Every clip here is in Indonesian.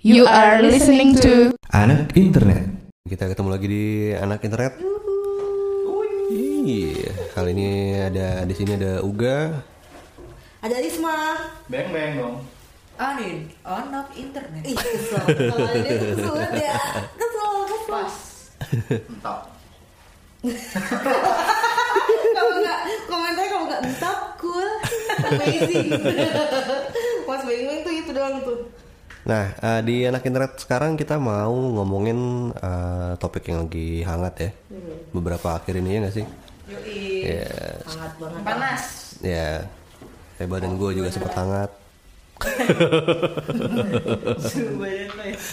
You are listening to Anak Internet. Kita ketemu lagi di Anak Internet. Iya, kali ini ada di sini ada Uga, ada Risma, Beng dong. Anin, anak internet. ih kesel, kalau dia tuh kesel ya, kesel. Pas. Entah. Kalau nggak komentarnya kalau nggak entah cool, amazing. Mas Beng tuh itu doang tuh. Nah, di Anak Internet sekarang kita mau ngomongin topik yang lagi hangat ya. Beberapa akhir ini ya nggak sih? Yoi. Ya, Hangat banget. Panas. ya. Badan gue juga sempat hangat. Suhu badan lo ya.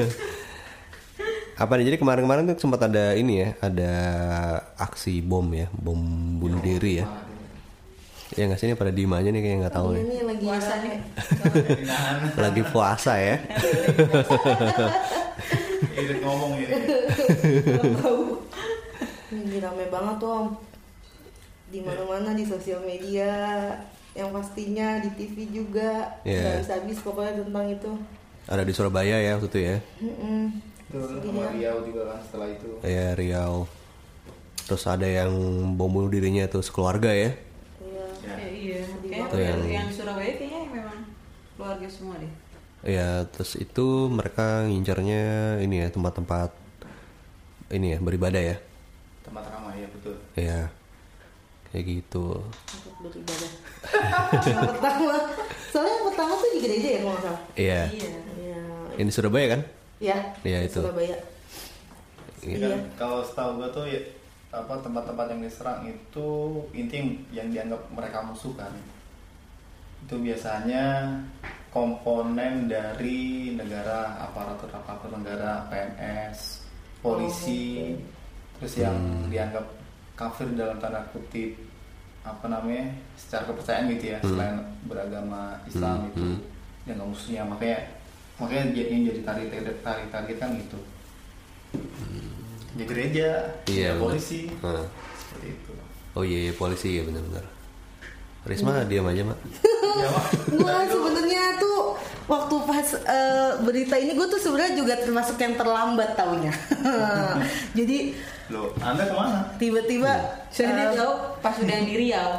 Apa nih? Jadi kemarin-kemarin tuh sempat ada ini ya, ada aksi bom ya, bom bunuh diri ya. Ya nggak sih, ini pada diem aja nih kayak nggak tahu nih. Ini lagi Puasa nih. Lagi puasa ya. Irit ngomong ya. Ini rame banget tuh Om. Di mana-mana di sosial media, yang pastinya di TV juga. Iya. Nggak bisa habis pokoknya tentang itu. Ada di Surabaya ya waktu itu ya. Tuh sama Riau juga kan setelah itu. Ya Riau. Terus ada yang bom bunuh dirinya tuh sekeluarga ya. Iya. Ya. Iya. Itu Kayaknya yang- yang Surabaya kayaknya memang keluarga semua deh. Ya terus itu mereka ngincarnya ini ya, tempat-tempat ini ya, beribadah ya. Tempat ramai ya, betul. Ya kayak gitu. Untuk beribadah. Yang pertama, soalnya yang pertama tuh di gereja ya kalau nggak salah. Iya. Iya. Iya. Ini Surabaya kan? Ya. Iya, di itu. Surabaya. Kan Iya. kalau setahu gue tuh ya, tempat-tempat yang diserang itu intinya yang dianggap mereka musuh kan. Itu biasanya komponen dari negara, aparatur negara, PNS, polisi, terus yang dianggap kafir dalam tanda kutip secara kepercayaan gitu ya, selain beragama Islam itu yang nggak musuhnya, makanya yang jadi tarik kan gitu. Ya gereja, Iya, ya benar. polisi, Nah. seperti itu. Oh iya, polisi ya, benar-benar. Risma diam aja mak. Ya, Mak. Gue sebenarnya tuh waktu pas berita ini gue tuh sebenarnya juga termasuk yang terlambat taunya. Jadi Loh, Anda kemana? tiba-tiba Saya dia tahu pas udah yang di Riau.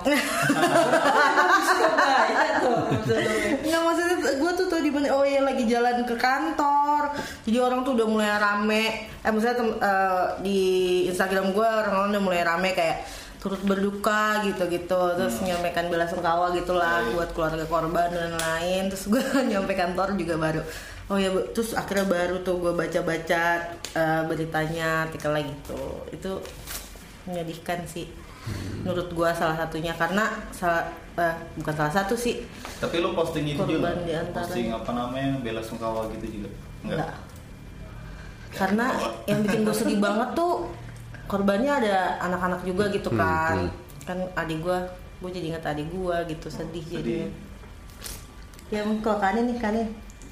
Surabaya tuh. nggak, maksudnya gue tuh di mana, oh iya lagi jalan ke kantor, jadi orang tuh udah mulai rame. Maksudnya di Instagram gue orang-orang udah mulai rame kayak turut berduka gitu-gitu, terus menyampaikan belasungkawa gitulah buat keluarga korban dan lain. Terus gue nyampe kantor juga baru, oh ya, terus akhirnya baru tuh gue baca-baca beritanya, artikelnya gitu. Itu menyedihkan sih menurut gue, salah satunya karena bukan salah satu sih. Tapi lo posting itu juga? Korban di antaranya. Posting bela sungkawa gitu juga? Enggak. Karena yang bikin gue sedih banget tuh korbannya ada anak-anak juga gitu kan. Kan adik gue jadi inget adik gue gitu, sedih jadinya. Ya kalau Kanin nih, Kanin.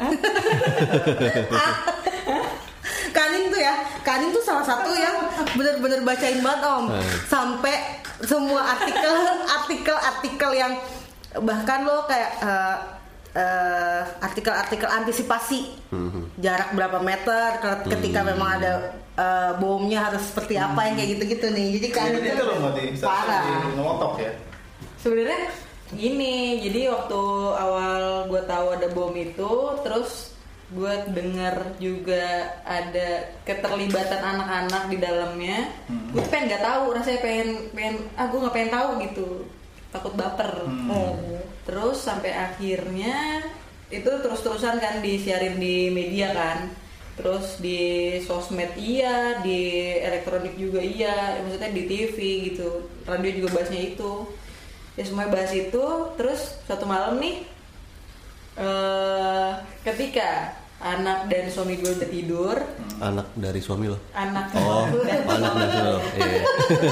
Kanin tuh salah satu yang bener-bener bacain banget Om. Sampai semua artikel yang bahkan lo kayak artikel-artikel antisipasi jarak berapa meter ketika memang ada bomnya harus seperti apa, yang kayak gitu-gitu nih. Jadi kan itu lo mau parah. ngotok ya? Sebenarnya gini, jadi waktu awal gue tahu ada bom itu, terus gue dengar juga ada keterlibatan anak-anak di dalamnya. Gue pengen nggak tahu, rasanya pengen gue nggak pengen tahu gitu, takut baper. Terus sampai akhirnya itu terus-terusan kan disiarin di media kan, terus di sosmed iya, di elektronik juga iya, maksudnya di TV gitu, radio juga bahasnya itu. Ya semuanya bahas itu. Terus satu malam nih ketika anak dan suami gue udah tidur. Anak dari suami lo. Anak Oh, anak dari suami lo. Iya.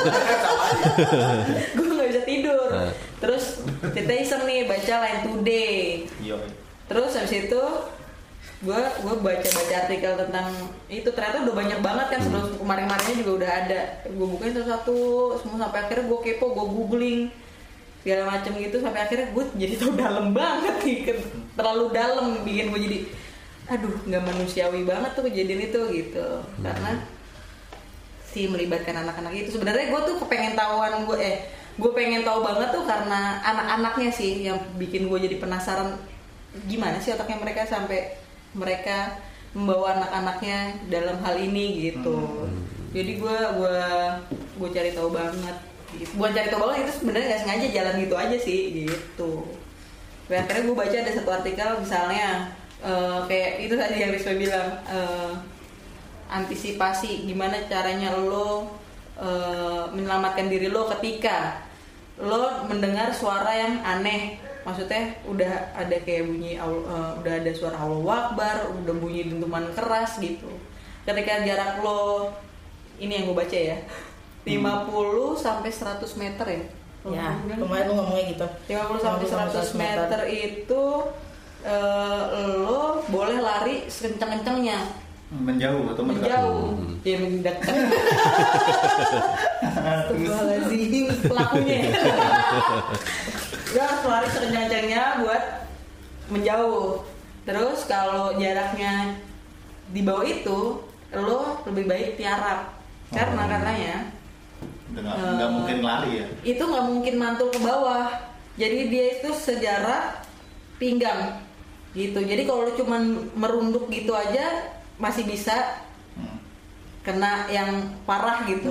gue nggak bisa tidur. Terus kita iseng nih baca Line Today. Iya. Terus habis itu gue baca artikel tentang itu, ternyata udah banyak banget kan. Sebelum kemarin-kemarinnya juga udah ada. Gue bukain satu-satu semua, sampai akhirnya gue kepo, gue googling segala macem gitu, sampai akhirnya gue jadi tau dalam banget nih, terlalu dalam bikin gue jadi aduh nggak manusiawi banget tuh kejadian itu gitu. Karena si melibatkan anak-anak itu sebenarnya gue tuh gue pengen tahu banget tuh karena anak-anaknya sih yang bikin gue jadi penasaran gimana sih otaknya mereka sampai mereka membawa anak-anaknya dalam hal ini gitu. Jadi gue cari tahu banget. Gitu. Bukan cari tahu banget, itu sebenarnya nggak sengaja jalan gitu aja sih gitu. Akhirnya gue baca ada satu artikel misalnya kayak itu tadi yang Risma bilang antisipasi gimana caranya lo menyelamatkan diri lo ketika lo mendengar suara yang aneh. Maksudnya udah ada kayak bunyi udah ada suara Allahu Akbar, udah bunyi dentuman keras gitu. Ketika jarak lo ini yang gue baca ya 50 sampai 100 meter ya. Ya, kemarin lu ngomongnya gitu. 50 sampai 100 meter itu lo boleh lari sekencang-kencangnya. Menjauh atau menjauh. Ya mendekat. Astagfirullahaladzim pelakunya. Lo harus lari sekencang-kencangnya buat menjauh. Terus kalau jaraknya di bawah itu, lo lebih baik tiarap. Karena katanya nggak mungkin lari ya. Itu nggak mungkin mantul ke bawah. Jadi dia itu sejarak pinggang gitu. Jadi kalau lo cuman merunduk gitu aja masih bisa kena yang parah gitu.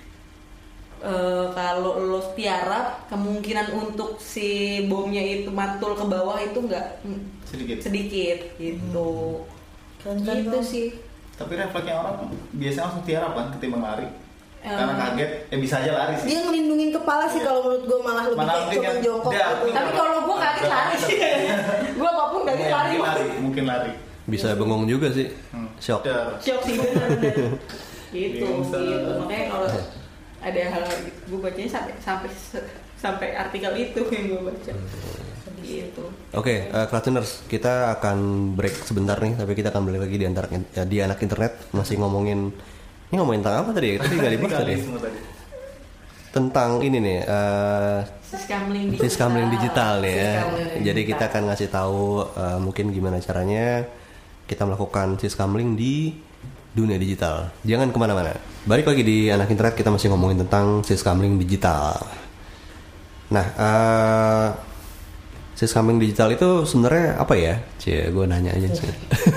Kalau lo tiarap, kemungkinan untuk si bomnya itu mantul ke bawah itu nggak sedikit gitu. Gitu sih. Tapi refleksnya orang biasanya langsung tiarap kan ketimbang lari. Karena kaget, bisa aja lari sih. Dia ngelindungin kepala sih kalau menurut gue malah lebih kayak cuma jongkok gitu. Tapi kalau gue kaget lari sih. Gue apapun kaget lari. Mungkin lari. Bisa bengong juga sih. Shock sih benar-benar. Gitu. Makanya kalau ada hal gitu, gue bacanya sampai artikel itu yang gue baca. Gitu. Oke, Kratuners, kita akan break sebentar nih, tapi kita akan balik lagi di anak internet masih ngomongin tentang apa tadi? Tadi nggak dibahas tadi. Tentang ini nih, siskamling digital nih ya. Jadi kita akan ngasih tahu mungkin gimana caranya kita melakukan siskamling di dunia digital. Jangan kemana-mana. Balik lagi di anak internet, kita masih ngomongin tentang siskamling digital. Nah, siskamling digital itu sebenarnya apa ya? Gue nanya aja sih.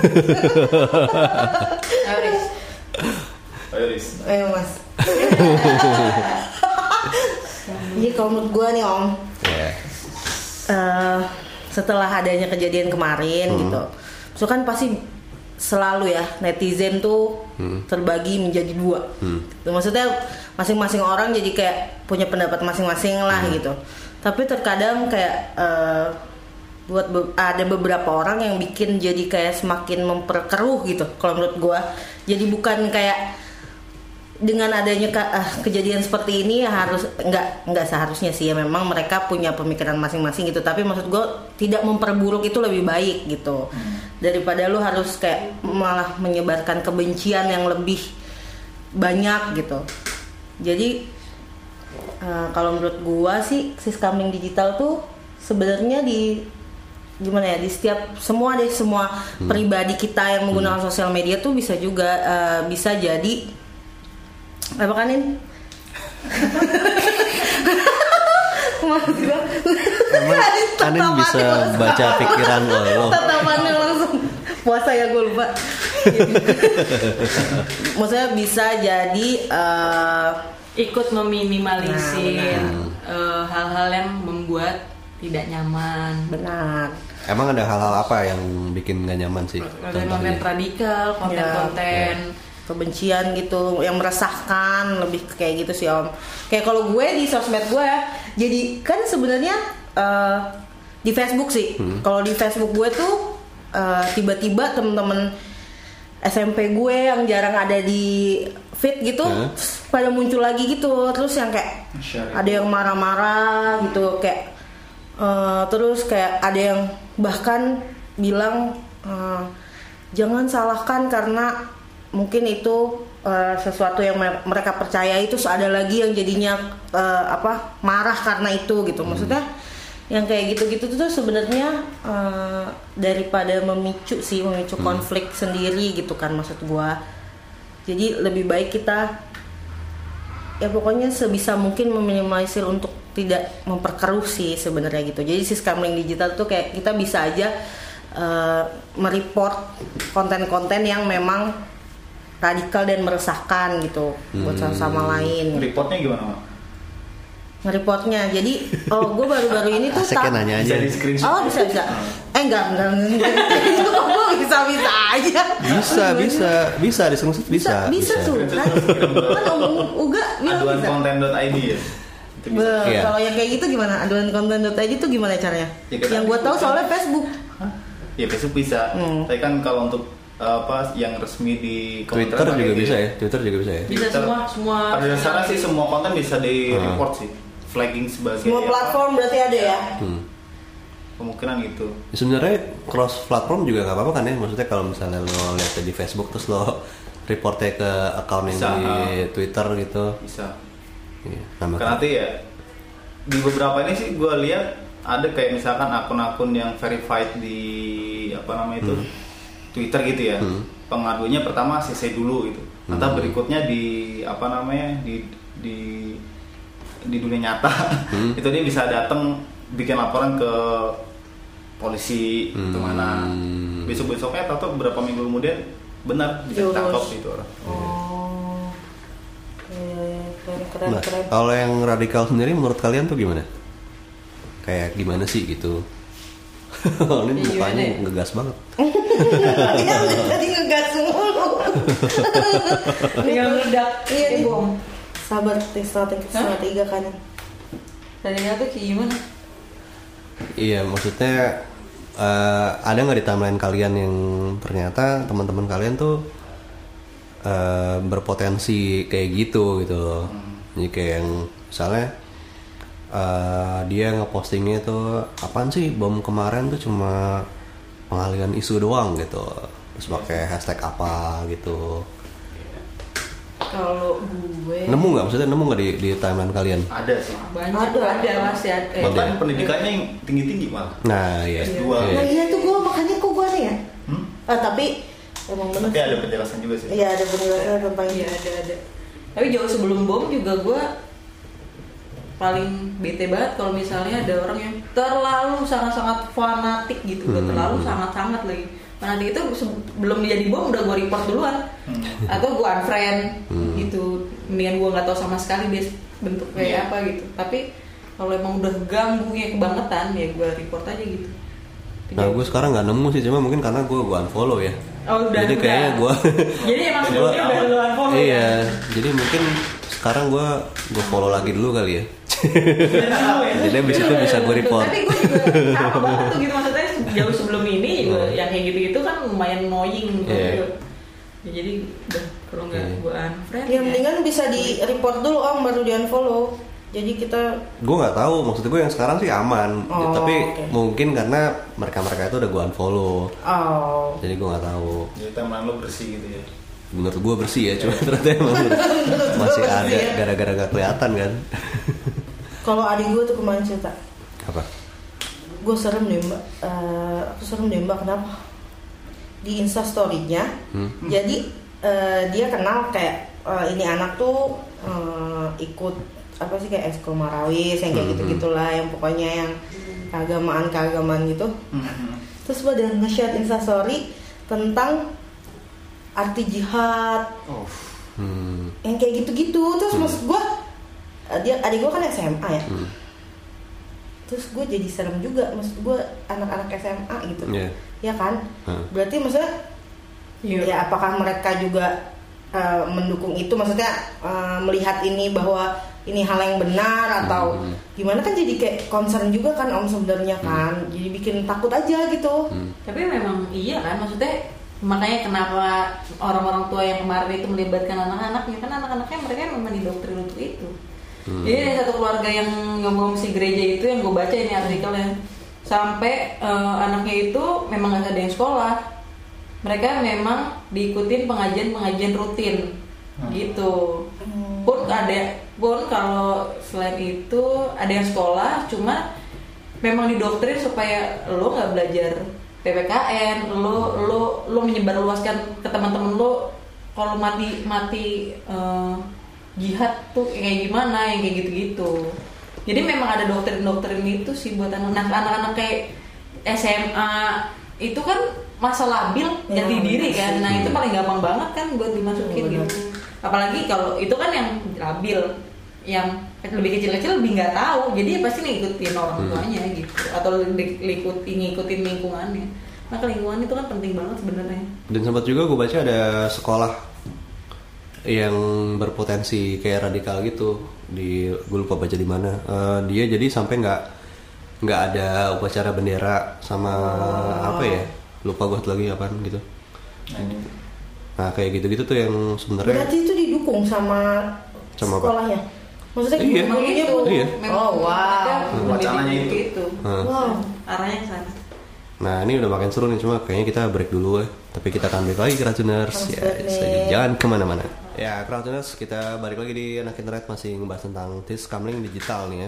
Ayo Mas. Jadi kalau menurut gue nih Om, setelah adanya kejadian kemarin gitu, so kan pasti selalu ya netizen tuh terbagi menjadi dua. Maksudnya masing-masing orang jadi kayak punya pendapat masing-masing lah gitu. Tapi terkadang kayak ada beberapa orang yang bikin jadi kayak semakin memperkeruh gitu. Kalau menurut gue, jadi bukan kayak dengan adanya kejadian seperti ini ya harus nggak seharusnya sih ya, memang mereka punya pemikiran masing-masing gitu, tapi maksud gue tidak memperburuk itu lebih baik gitu daripada lu harus kayak malah menyebarkan kebencian yang lebih banyak gitu. Jadi kalau menurut gue sih siskamling digital tuh sebenarnya di setiap semua pribadi kita yang menggunakan sosial media tuh bisa juga bisa jadi apa kan ini? Maksud gue emang Anin bisa baca pikiran lo. Tatapannya langsung puasa ya, gue lupa. Maksudnya bisa jadi ikut meminimalisir hal-hal yang membuat tidak nyaman. Benar. Emang ada hal-hal apa yang bikin gak nyaman sih? Konten radikal, konten-konten kebencian gitu yang meresahkan, lebih kayak gitu sih Om. Kayak kalau gue di sosmed gue jadi kan sebenarnya di Facebook sih. Kalau di Facebook gue tuh tiba-tiba temen-temen SMP gue yang jarang ada di feed gitu pada muncul lagi gitu. Terus yang kayak ada yang marah-marah gitu kayak terus kayak ada yang bahkan bilang jangan salahkan karena mungkin itu sesuatu yang mereka percaya itu ada lagi yang jadinya marah karena itu gitu. Maksudnya yang kayak gitu-gitu tuh sebenarnya daripada memicu konflik sendiri gitu kan maksud gua. Jadi lebih baik kita ya pokoknya sebisa mungkin meminimalisir untuk tidak memperkeruh sih sebenarnya gitu. Jadi si scamming digital tuh kayak kita bisa aja mereport konten-konten yang memang radikal dan meresahkan gitu buat sama lain. Reportnya gimana, Mak? Nge-reportnya. Jadi gue baru-baru ini tuh Asiknya nanya aja. Bisa di screenshot. Oh bisa. Enggak. Itu kok gue bisa aja. Bisa di screenshot bisa. Bisa tuh. Kan ngomong Uga bilang bisa. Aduankonten.id ya. Itu bisa. Iya. Kalau yang kayak gitu gimana? Aduankonten.id itu gimana caranya? Ya, yang gue tahu soalnya Facebook. Ya Facebook bisa. Tapi kan kalau untuk yang resmi di Twitter juga bisa ya. Twitter juga bisa ya. Bisa semua. Pada dasarnya sih semua konten bisa di report sih. Flagging sebagai Semua platform berarti ada ya? Kemungkinan gitu. Sebenarnya cross platform juga nggak apa-apa kan ya. Maksudnya kalau misalnya lo lihat di Facebook terus lo reportnya ke account yang di Twitter gitu. Bisa. Iya, Karena nanti ya di beberapa ini sih gue lihat ada kayak misalkan akun-akun yang verified di Twitter gitu ya. Pengaduannya pertama CC dulu gitu. Nanti berikutnya di di dunia nyata itu dia bisa datang bikin laporan ke polisi kemana. Besok-besoknya atau beberapa minggu kemudian benar bisa ditangkap itu orang. Nah, kalau yang radikal sendiri menurut kalian tuh gimana? Kayak gimana sih gitu? Ini mukanya ngegas banget. Iya tadi ngegas mulu. Tinggal meledak. Iya nih bom. Sabar, setengah 3 kan. Tadinya tuh kayak gimana? Iya, maksudnya ada nggak di timeline kalian yang ternyata teman-teman kalian tuh berpotensi kayak gitu loh. Jadi kayak yang misalnya dia ngepostingnya tuh apaan sih bom kemarin tuh cuma pengalihan isu doang gitu, terus pakai hashtag apa gitu. Kalau gue Nemu nggak di timeline kalian? Ada sih. banyak ada masih ada. Bahkan pendidikannya yang tinggi-tinggi malah. Nah iya. S2. Nah iya tuh gue makanya kok gue aneh ya. Tapi emang bener. Tapi ada penjelasan juga sih. Iya ada penjelasan tentang Iya ada. Tapi jauh sebelum bom juga gue paling bete banget kalau misalnya ada orang yang terlalu sangat-sangat fanatik gitu, terlalu sangat-sangat lagi. Fanatik itu belum jadi bom udah gue report duluan, atau gue unfriend gitu. Mendingan gue nggak tahu sama sekali dia bentuk kayak apa gitu. Tapi kalau emang udah ganggunya kebangetan ya gue report aja gitu. Nah gue sekarang nggak nemu sih, cuma mungkin karena gue unfollow ya. Oh, jadi kayaknya gue. Jadi emang sebelumnya udah lu unfollow. Iya, jadi mungkin sekarang gue follow lagi dulu kali ya. Jadi abis itu bisa gue report. Tapi gue juga sama banget tuh gitu, maksudnya jauh sebelum ini juga yang kayak gitu-gitu kan lumayan annoying gitu. Ya, jadi udah kalau nggak gue unfriend. Ya mendingan bisa di report dulu baru di unfollow. Jadi kita. Gue nggak tahu, maksud gue yang sekarang sih aman. Tapi mungkin karena mereka itu udah gue unfollow. Jadi gue nggak tahu. Jadi timeline lo bersih gitu ya. Menurut gue bersih ya, cuma ternyata emang masih ada gara-gara gak kelihatan kan. Kalau adik gue tuh kemarin cerita. Apa? Gue serem deh mbak. Kenapa? Di Instastory-nya, jadi dia kenal kayak ini anak tuh ikut apa sih kayak ekskul marawis yang kayak gitu-gitulah, yang pokoknya yang keagamaan gitu. Terus pada nge-share Instastory tentang arti jihad, yang kayak gitu-gitu. Terus maksud gue, adik gue kan SMA ya. Terus gue jadi serem juga, maksud gue anak-anak SMA gitu, ya kan? Berarti maksudnya, ya apakah mereka juga mendukung itu? Maksudnya melihat ini bahwa ini hal yang benar atau gimana, kan jadi kayak concern juga kan sebenarnya kan, jadi bikin takut aja gitu. Tapi memang iya kan, maksudnya makanya kenapa orang-orang tua yang kemarin itu melibatkan anak-anaknya, kan anak-anaknya mereka memang didoktrin untuk itu. Jadi ada satu keluarga yang ngomong si gereja itu, yang gue baca ini artikelnya, sampai anaknya itu memang nggak ada yang sekolah, mereka memang diikutin pengajian rutin gitu. Pun kalau selain itu ada yang sekolah, cuma memang didoktrin supaya lo nggak belajar PPKN, lo menyebarluaskan ke teman-teman lo kalau mati jihad tuh kayak gimana, yang kayak gitu-gitu. Jadi memang ada doktrin-doktrin itu sih buat anak-anak kayak SMA itu kan masa labil jati diri kan. Nah, itu paling gampang banget kan buat dimasukin gitu. Apalagi kalau itu kan yang labil, yang lebih kecil-kecil lebih nggak tahu, jadi pasti ngikutin orang tuanya gitu, atau ngikutin lingkungannya. Maka lingkungan itu kan penting banget sebenarnya. Dan sempat juga gue baca ada sekolah yang berpotensi kayak radikal gitu, gue lupa baca di mana. Dia jadi sampai nggak ada upacara bendera sama apa ya, lupa gue lagi apaan gitu. Nah kayak gitu-gitu tuh yang sebenarnya. Berarti itu didukung sama sekolahnya. Maksudnya memang itu. Iya. Oh wow. Wacananya itu. Wow. Arahnya ke sana. Nah ini udah makin seru nih, cuma kayaknya kita break dulu ya. Tapi kita akan balik lagi ke Crowdtuners ya, jangan kemana-mana. Ya Crowdtuners, kita balik lagi di Anak Internet, masih ngebahas tentang Tiskamling digital nih ya.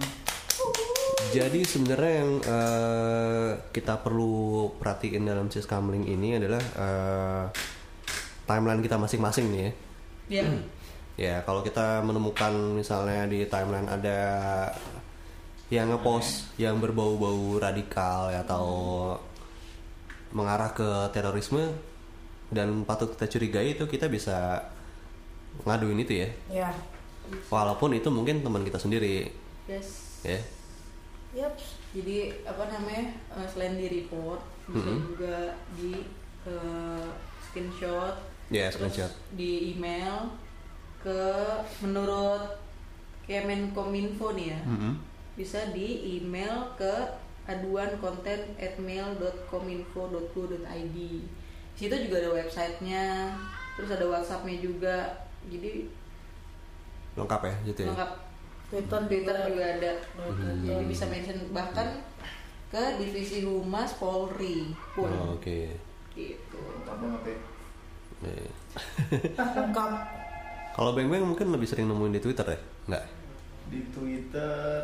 Jadi sebenarnya yang kita perlu perhatiin dalam Tiskamling ini adalah timeline kita masing-masing nih ya. Iya. Ya kalau kita menemukan misalnya di timeline ada yang ngepost yang berbau-bau radikal ya, atau mengarah ke terorisme dan patut kita curigai, itu kita bisa ngaduin itu ya. Ya. Walaupun itu mungkin teman kita sendiri. Yes. Ya. Yap. Jadi apa namanya, selain di report bisa juga di screenshot. Ya, terus screenshot. di email ke menurut Kemenkominfo nih ya. Bisa di email ke aduankonten@mail.kominfo.go.id. Di situ juga ada websitenya, terus ada WhatsAppnya juga. Jadi lengkap ya gitu ya. Lengkap. Twitter juga ada. Jadi bisa mention bahkan ke divisi Humas Polri pun. Oh, oke. Gitu. Lengkap. Kalau Beng mungkin lebih sering nemuin di Twitter ya? Enggak? Di Twitter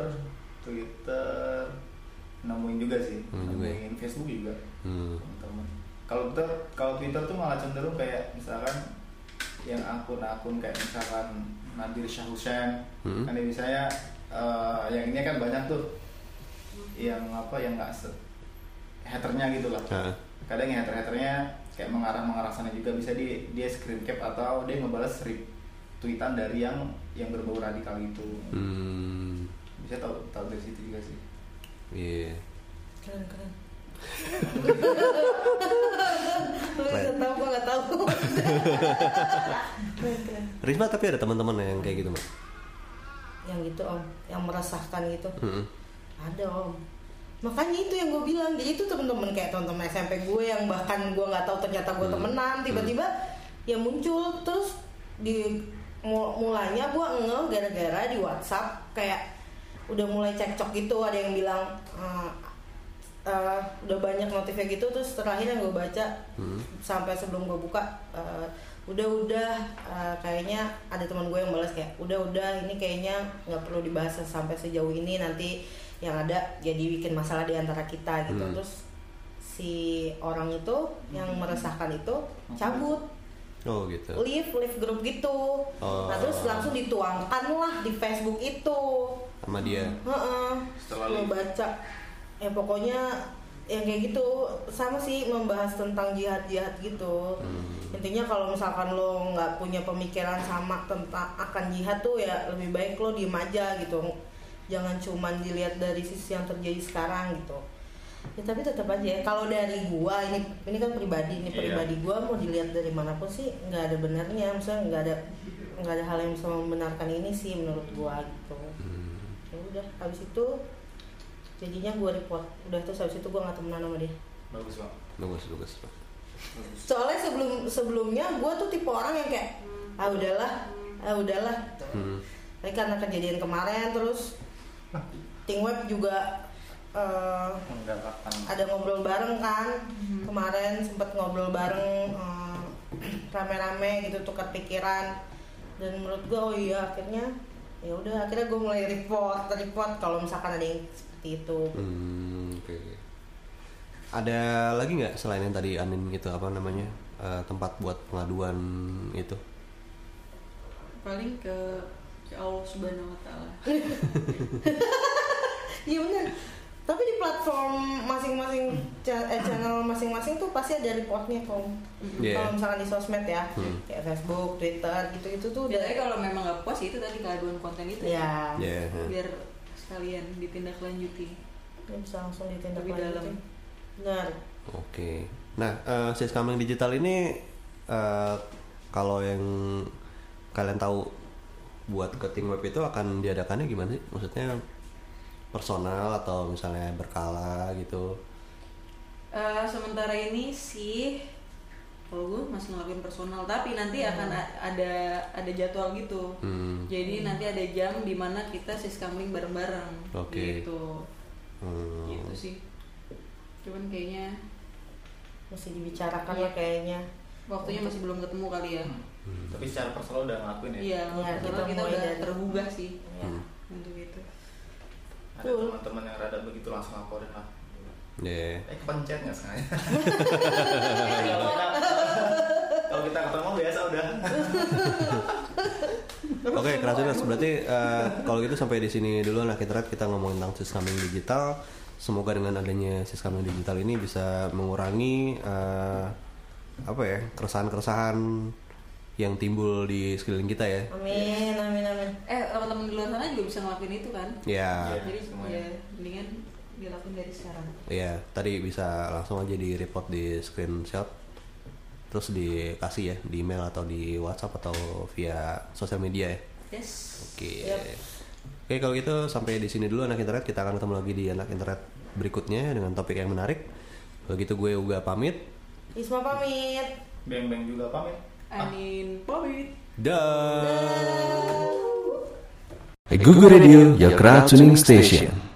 nemuin juga sih. Nemuin Facebook juga. Teman-teman. Kalau Twitter tuh malah cenderung kayak misalkan yang akun-akun kayak misalkan Nadir Shah Hussein, kan misalnya yang ini kan banyak tuh yang nggak haternya gitu lah. Kadang yang haternya kayak mengarah sana juga, bisa dia screen cap atau dia ngebalas tweetan dari yang berbau radikal gitu. Bisa tahu dari situ juga sih. Iya. Keren. Tahu gue nggak tahu. Risma tapi ada teman-teman yang kayak gitu, Mbak? Yang gitu Om, yang meresahkan gitu. Ada Om. Makanya itu yang gue bilang, jadi itu teman-teman kayak teman-teman SMP gue yang bahkan gue nggak tahu ternyata gue temenan, tiba-tiba ya muncul. Terus di mulanya gue ngeh gara-gara di WhatsApp kayak udah mulai cekcok gitu, ada yang bilang udah banyak notifnya gitu. Terus terakhir yang gue baca sampai sebelum gue buka udah kayaknya ada teman gue yang balas kayak udah ini kayaknya nggak perlu dibahas sampai sejauh ini, nanti yang ada jadi bikin masalah di antara kita gitu. Terus si orang itu yang meresahkan itu cabut. Oh gitu. Leave grup gitu. Nah terus langsung dituangkan lah di Facebook itu sama dia. Setelah lo baca ya pokoknya yang kayak gitu sama sih, membahas tentang jihad gitu. Intinya kalau misalkan lo nggak punya pemikiran sama tentang akan jihad tuh ya lebih baik lo diem aja gitu, jangan cuman dilihat dari sisi yang terjadi sekarang gitu. Ya tapi tetap aja ya, kalau dari gua ini kan pribadi, pribadi gua mau dilihat dari manapun sih nggak ada benarnya, misalnya nggak ada hal yang bisa membenarkan ini sih menurut gua gitu. Ya udah habis itu jadinya gue report, udah terus habis itu gue nggak temenan sama dia. Bagus. Soalnya sebelumnya gue tuh tipe orang yang kayak udahlah. Tapi karena kejadian kemarin terus Ting Web juga ada ngobrol bareng kan. Kemarin sempet ngobrol bareng rame-rame gitu, tukar pikiran. Dan menurut gue akhirnya gue mulai report kalau misalkan ada yang seperti seperti itu. Oke. Ada lagi nggak selain yang tadi Anin itu apa namanya tempat buat pengaduan itu? Paling ke Allah Subhanahu Wa Taala. Iya benar. Tapi di platform masing-masing channel masing-masing tuh pasti ada reportnya kok. Kalau misalkan di sosmed ya, kayak Facebook, Twitter gitu-gitu tuh udah. Jadi kalau memang nggak puas itu tadi keaduan konten itu Ya. biar sekalian ditindaklanjuti. Ini bisa langsung Lebih ditindaklanjuti. dalam. Benar. Oke. Nah, Siskamling Digital ini kalau yang kalian tahu buat cutting web itu akan diadakannya gimana sih? Maksudnya personal atau misalnya berkala gitu? Sementara ini sih kalau gue masih ngelakuin personal, tapi nanti akan ada jadwal gitu. Jadi nanti ada jam dimana kita siskamling bareng-bareng. Oke. Gitu. Gitu sih. Cuman kayaknya Mesti dibicarakan ya kayaknya. waktunya masih belum ketemu kali ya. Tapi secara personal udah ngelakuin ya. Iya, Ya, kita kita mulai udah dari- tergugah sih Ya. untuk itu. Ada teman-teman yang rada begitu langsung laporin lah. Yeah. Kepencet nggak sengaja. Kalau kita ketemu biasa udah. Oke, Krasuners, berarti kalau gitu sampai di sini dulu anak internet kita ngomongin tentang Siskamling Digital. Semoga dengan adanya Siskamling Digital ini bisa mengurangi keresahan-keresahan yang timbul di sekeliling kita ya. Amin. Teman-teman di luar sana juga bisa ngelakuin itu kan. Ya, Jadi semuanya. ya mendingan dilakuin dari sekarang. ya tadi bisa langsung aja di report di screenshot, terus dikasih ya di email atau di WhatsApp atau via sosial media ya. Yes. Oke. Yap. Oke, kalau gitu sampai di sini dulu anak internet. Kita akan ketemu lagi di anak internet berikutnya dengan topik yang menarik. Kalau gitu gue Uga pamit. Isma pamit. Beng-beng juga pamit. Anin pamit. Dah. Google Radio, your crowd tuning station.